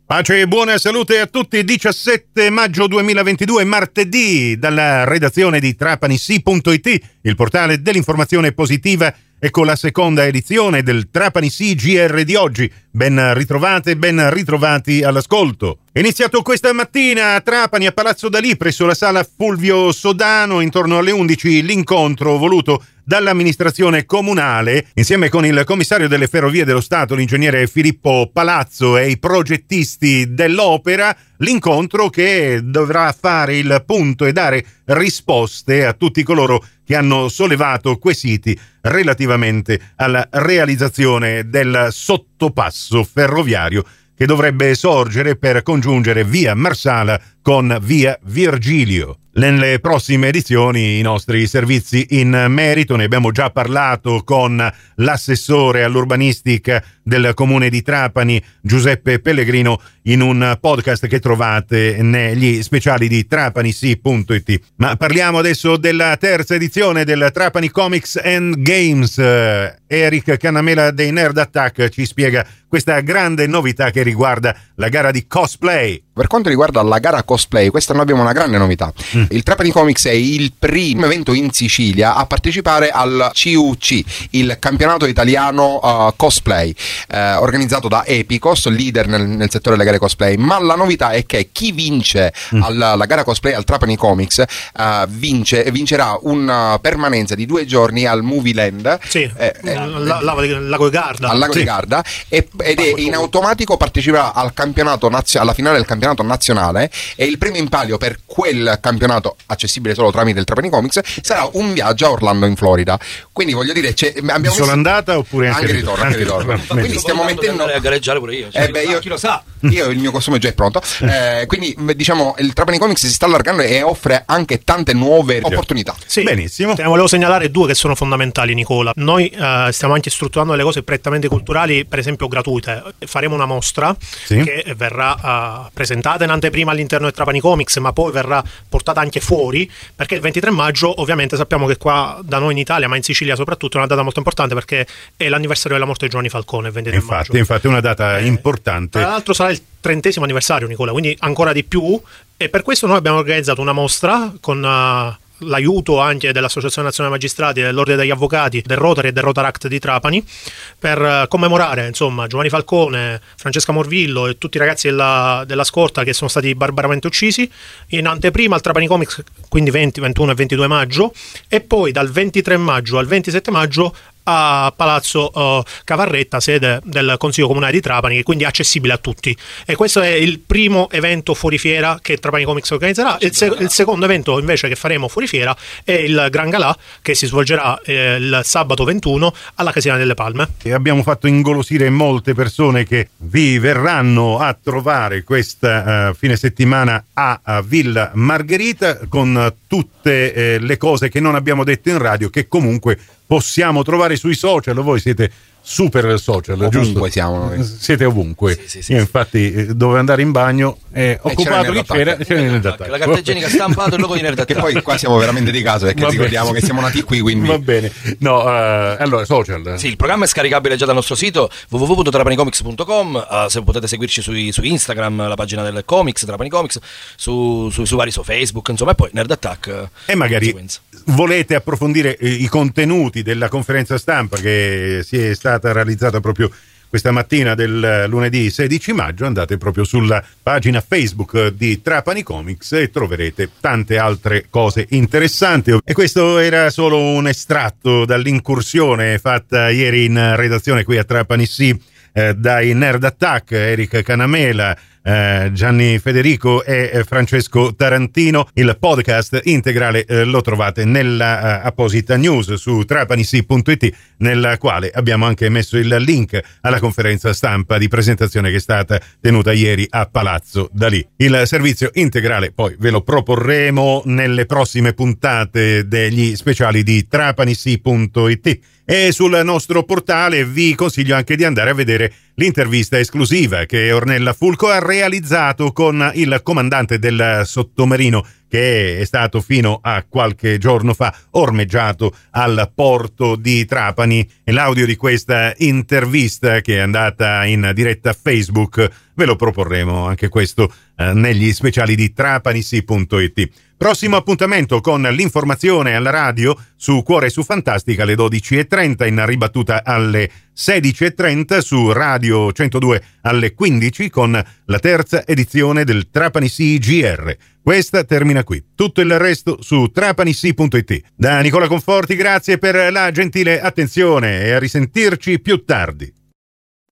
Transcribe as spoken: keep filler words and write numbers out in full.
Pace e buona salute a tutti. Diciassette maggio duemilaventidue, martedì, dalla redazione di Trapani Sì punto it, il portale dell'informazione positiva. Ecco la seconda edizione del Trapani Sì G R di oggi. Ben ritrovate, ben ritrovati all'ascolto. Iniziato questa mattina a Trapani, a Palazzo Dalì, presso la sala Fulvio Sodano, intorno alle undici, l'incontro voluto dall'amministrazione comunale, insieme con il commissario delle Ferrovie dello Stato, l'ingegnere Filippo Palazzo, e i progettisti dell'opera. L'incontro che dovrà fare il punto e dare risposte a tutti coloro che hanno sollevato quesiti relativamente alla realizzazione del sottopasso ferroviario che dovrebbe sorgere per congiungere via Marsala con via Virgilio. Nelle prossime edizioni i nostri servizi in merito, ne abbiamo già parlato con l'assessore all'urbanistica del comune di Trapani, Giuseppe Pellegrino, in un podcast che trovate negli speciali di Trapani Sì punto it. Ma parliamo adesso della terza edizione del Trapani Comics and Games. Eric Canamela dei Nerd Attack ci spiega questa grande novità che riguarda la gara di cosplay. Per quanto riguarda la gara cosplay, questa noi abbiamo una grande novità. Mm. Il Trapani Comics è il primo evento in Sicilia a partecipare al C U C, il campionato italiano uh, cosplay, uh, organizzato da Epicos, leader nel, nel settore delle gare cosplay. Ma la novità è che chi vince mm. alla, la gara cosplay al Trapani Comics uh, vince, vincerà una permanenza di due giorni al Movie Land. Sì, eh, eh, la, la, Lago di Garda. Al Lago sì. di Garda e, ed è in automatico parteciperà al campionato nazio- alla finale del campionato nazionale, e il premio in palio per quel campionato, accessibile solo tramite il Trapani Comics, sarà un viaggio a Orlando in Florida. Quindi voglio dire, c'è, abbiamo solo messo... andata oppure anche, anche ritorno, anche ritorno. ritorno. Quindi stiamo mettendo a gareggiare pure io, cioè, eh beh, io chi lo sa, io il mio costume già è pronto, eh, quindi diciamo il Trapani Comics si sta allargando e offre anche tante nuove opportunità. Sì, benissimo. Te ne volevo segnalare due che sono fondamentali, Nicola. Noi eh, stiamo anche strutturando delle cose prettamente culturali, per esempio gratuite. Faremo una mostra sì. che verrà uh, presentata in anteprima all'interno del Trapani Comics, ma poi verrà portata anche fuori, perché il ventitré maggio ovviamente sappiamo che qua da noi in Italia, ma in Sicilia soprattutto, è una data molto importante perché è l'anniversario della morte di Giovanni Falcone, il ventitré infatti, maggio. Infatti è una data eh, importante. Tra l'altro sarà il trentesimo anniversario, Nicola, quindi ancora di più, e per questo noi abbiamo organizzato una mostra con uh, l'aiuto anche dell'Associazione Nazionale Magistrati, dell'Ordine degli Avvocati, del Rotary e del Rotaract di Trapani, per uh, commemorare insomma Giovanni Falcone, Francesca Morvillo e tutti i ragazzi della, della scorta che sono stati barbaramente uccisi, in anteprima al Trapani Comics, quindi venti, ventuno e ventidue maggio, e poi dal ventitré maggio al ventisette maggio a Palazzo uh, Cavarretta, sede del Consiglio Comunale di Trapani, che quindi è accessibile a tutti. E questo è il primo evento fuori fiera che Trapani Comics organizzerà. Il, se- il secondo evento invece che faremo fuori fiera è il Gran Galà, che si svolgerà eh, il sabato ventuno alla Casina delle Palme. E abbiamo fatto ingolosire molte persone che vi verranno a trovare questa uh, fine settimana a, a Villa Margherita, con uh, tutte eh, le cose che non abbiamo detto in radio, che comunque possiamo trovare sui social. Voi siete super social, ovunque giusto? Siamo noi. Siete ovunque. Sì, sì, sì, Io sì. Infatti eh, dovevo andare in bagno e occupato che c'era, c'era il Nerd Attack. La carta igienica stampato e il logo di Nerd Attack. Che poi qua siamo veramente di caso, perché Va ricordiamo bene. che siamo nati qui, quindi va bene. No, uh, allora social. Sì, il programma è scaricabile già dal nostro sito w w w punto trapani comics punto com. Uh, se potete seguirci su, su Instagram, la pagina del Comics, Trapani Comics, su, su, su vari su Facebook, insomma, e poi Nerd Attack. E magari volete approfondire eh, i contenuti della conferenza stampa che si è stata realizzata proprio questa mattina del lunedì sedici maggio, andate proprio sulla pagina Facebook di Trapani Comics e troverete tante altre cose interessanti. E questo era solo un estratto dall'incursione fatta ieri in redazione qui a Trapani Sì eh, dai Nerd Attack, Eric Canamela, Eh, Gianni Federico e eh, Francesco Tarantino. Il podcast integrale eh, lo trovate nella eh, apposita news su Trapani Sì punto it, nella quale abbiamo anche messo il link alla conferenza stampa di presentazione che è stata tenuta ieri a Palazzo Dalì. Il servizio integrale poi ve lo proporremo nelle prossime puntate degli speciali di Trapani Sì punto it. E sul nostro portale vi consiglio anche di andare a vedere l'intervista esclusiva che Ornella Fulco ha realizzato con il comandante del sottomarino che è stato fino a qualche giorno fa ormeggiato al porto di Trapani. E l'audio di questa intervista, che è andata in diretta a Facebook, ve lo proporremo anche questo eh, negli speciali di Trapanisi punto it. Prossimo appuntamento con l'informazione alla radio su Cuore e su Fantastica alle dodici e trenta, in ribattuta alle sedici e trenta su Radio centodue alle quindici con la terza edizione del Trapanisi G R. Questa termina qui. Tutto il resto su Trapanisi punto it. Da Nicola Conforti grazie per la gentile attenzione e a risentirci più tardi.